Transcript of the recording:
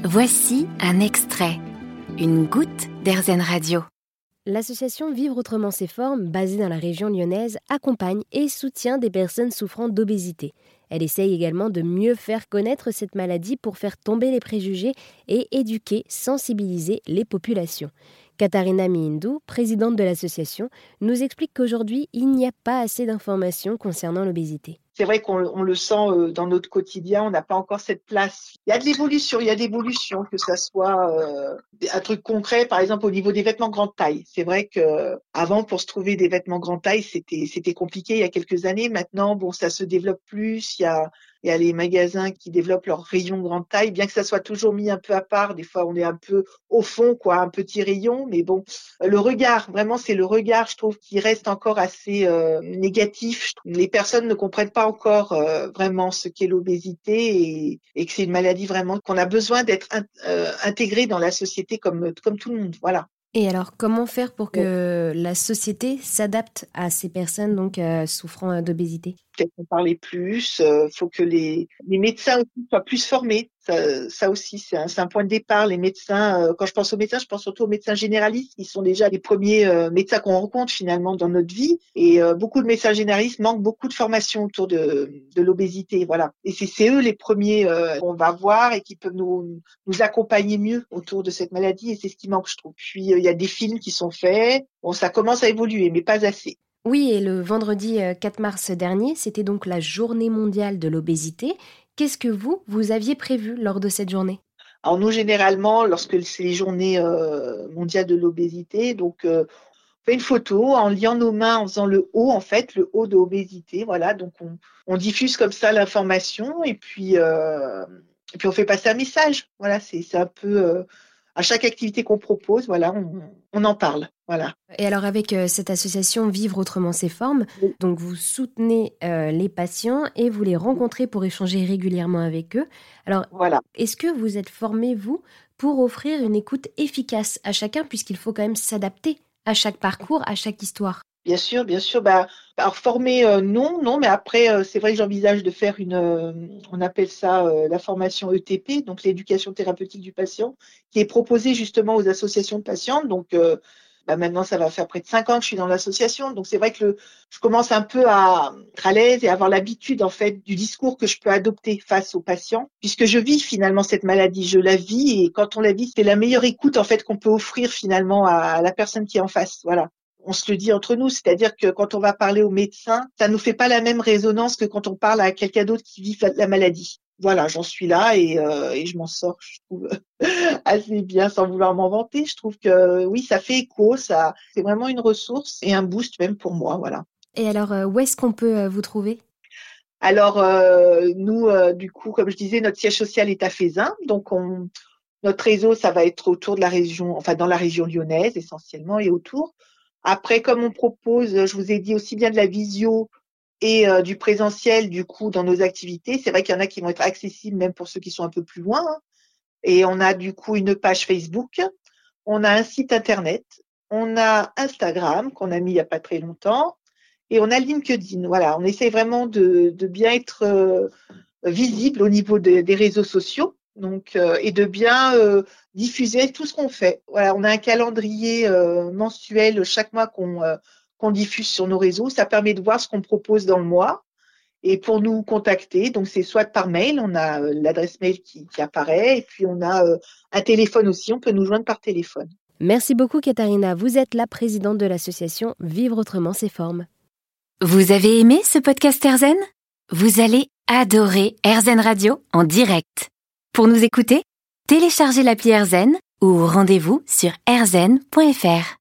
Voici un extrait, une goutte d'Airzen Radio. L'association Vivre autrement ses formes, basée dans la région lyonnaise, accompagne et soutient des personnes souffrant d'obésité. Elle essaye également de mieux faire connaître cette maladie pour faire tomber les préjugés et éduquer, sensibiliser les populations. Katharina Mihindou, présidente de l'association, nous explique qu'aujourd'hui, il n'y a pas assez d'informations concernant l'obésité. C'est vrai qu'on le sent dans notre quotidien, on n'a pas encore cette place. Il y a de l'évolution, que ça soit un truc concret, par exemple au niveau des vêtements grande taille. C'est vrai que avant, pour se trouver des vêtements grande taille, c'était compliqué il y a quelques années. Maintenant, bon, ça se développe plus. Il y a les magasins qui développent leur rayon grande taille, bien que ça soit toujours mis un peu à part. Des fois, on est un peu au fond, quoi, un petit rayon. Mais bon, le regard, vraiment, c'est le regard, je trouve, qui reste encore assez négatif. Les personnes ne comprennent pas encore vraiment ce qu'est l'obésité et que c'est une maladie vraiment qu'on a besoin d'être intégrée dans la société comme tout le monde. Voilà. Et alors, comment faire pour que la société s'adapte à ces personnes donc souffrant d'obésité ? Peut-être en parler plus. Faut que les médecins aussi soient plus formés. Ça aussi, c'est un point de départ. Les médecins, quand je pense aux médecins, je pense surtout aux médecins généralistes, qui sont déjà les premiers médecins qu'on rencontre finalement dans notre vie. Et beaucoup de médecins généralistes manquent beaucoup de formation autour de l'obésité. Voilà. Et c'est eux les premiers qu'on va voir et qui peuvent nous accompagner mieux autour de cette maladie. Et c'est ce qui manque, je trouve. Puis il y a des films qui sont faits. Bon, ça commence à évoluer, mais pas assez. Oui, et le vendredi 4 mars dernier, c'était donc la journée mondiale de l'obésité. Qu'est-ce que vous aviez prévu lors de cette journée ? Alors nous, généralement, lorsque c'est les journées mondiales de l'obésité, donc on fait une photo en liant nos mains, en faisant le O, en fait, le O de obésité. Voilà, donc on diffuse comme ça l'information et puis on fait passer un message. Voilà, c'est un peu à chaque activité qu'on propose, voilà, on en parle. Voilà. Et alors avec cette association Vivre autrement ses formes, Oui. donc vous soutenez les patients et vous les rencontrez pour échanger régulièrement avec eux. Alors, Voilà. est-ce que vous êtes formé, vous, pour offrir une écoute efficace à chacun, puisqu'il faut quand même s'adapter à chaque parcours, à chaque histoire ? Bien sûr. Alors former, non, mais après, c'est vrai que j'envisage de faire on appelle ça la formation ETP, donc l'éducation thérapeutique du patient, qui est proposée justement aux associations de patients. Donc maintenant, ça va faire près de 5 ans que je suis dans l'association, donc c'est vrai que je commence un peu à être à l'aise et à avoir l'habitude en fait du discours que je peux adopter face aux patients, puisque je vis finalement cette maladie, je la vis et quand on la vit, c'est la meilleure écoute en fait qu'on peut offrir finalement à la personne qui est en face. Voilà. On se le dit entre nous, c'est-à-dire que quand on va parler au médecin, ça nous fait pas la même résonance que quand on parle à quelqu'un d'autre qui vit la maladie. Voilà, j'en suis là et je m'en sors, je trouve, assez bien sans vouloir m'en vanter. Je trouve que oui, ça fait écho, ça, c'est vraiment une ressource et un boost même pour moi, voilà. Et alors, où est-ce qu'on peut vous trouver ? Alors nous, du coup, comme je disais, notre siège social est à Feyzin, donc notre réseau, ça va être autour de la région, enfin dans la région lyonnaise essentiellement et autour. Après, comme on propose, je vous ai dit aussi bien de la visio et du présentiel, du coup, dans nos activités, c'est vrai qu'il y en a qui vont être accessibles même pour ceux qui sont un peu plus loin. Hein. Et on a du coup une page Facebook, on a un site internet, on a Instagram qu'on a mis il n'y a pas très longtemps et on a LinkedIn. Voilà, on essaie vraiment de bien être visible au niveau des réseaux sociaux. Donc, et de bien diffuser tout ce qu'on fait. Voilà, on a un calendrier mensuel chaque mois qu'on diffuse sur nos réseaux. Ça permet de voir ce qu'on propose dans le mois. Et pour nous contacter, donc c'est soit par mail, on a l'adresse mail qui apparaît, et puis on a un téléphone aussi, on peut nous joindre par téléphone. Merci beaucoup Katharina, vous êtes la présidente de l'association Vivre autrement ses formes. Vous avez aimé ce podcast Airzen ? Vous allez adorer Airzen Radio en direct. Pour nous écouter, téléchargez l'appli Airzen ou rendez-vous sur airzen.fr.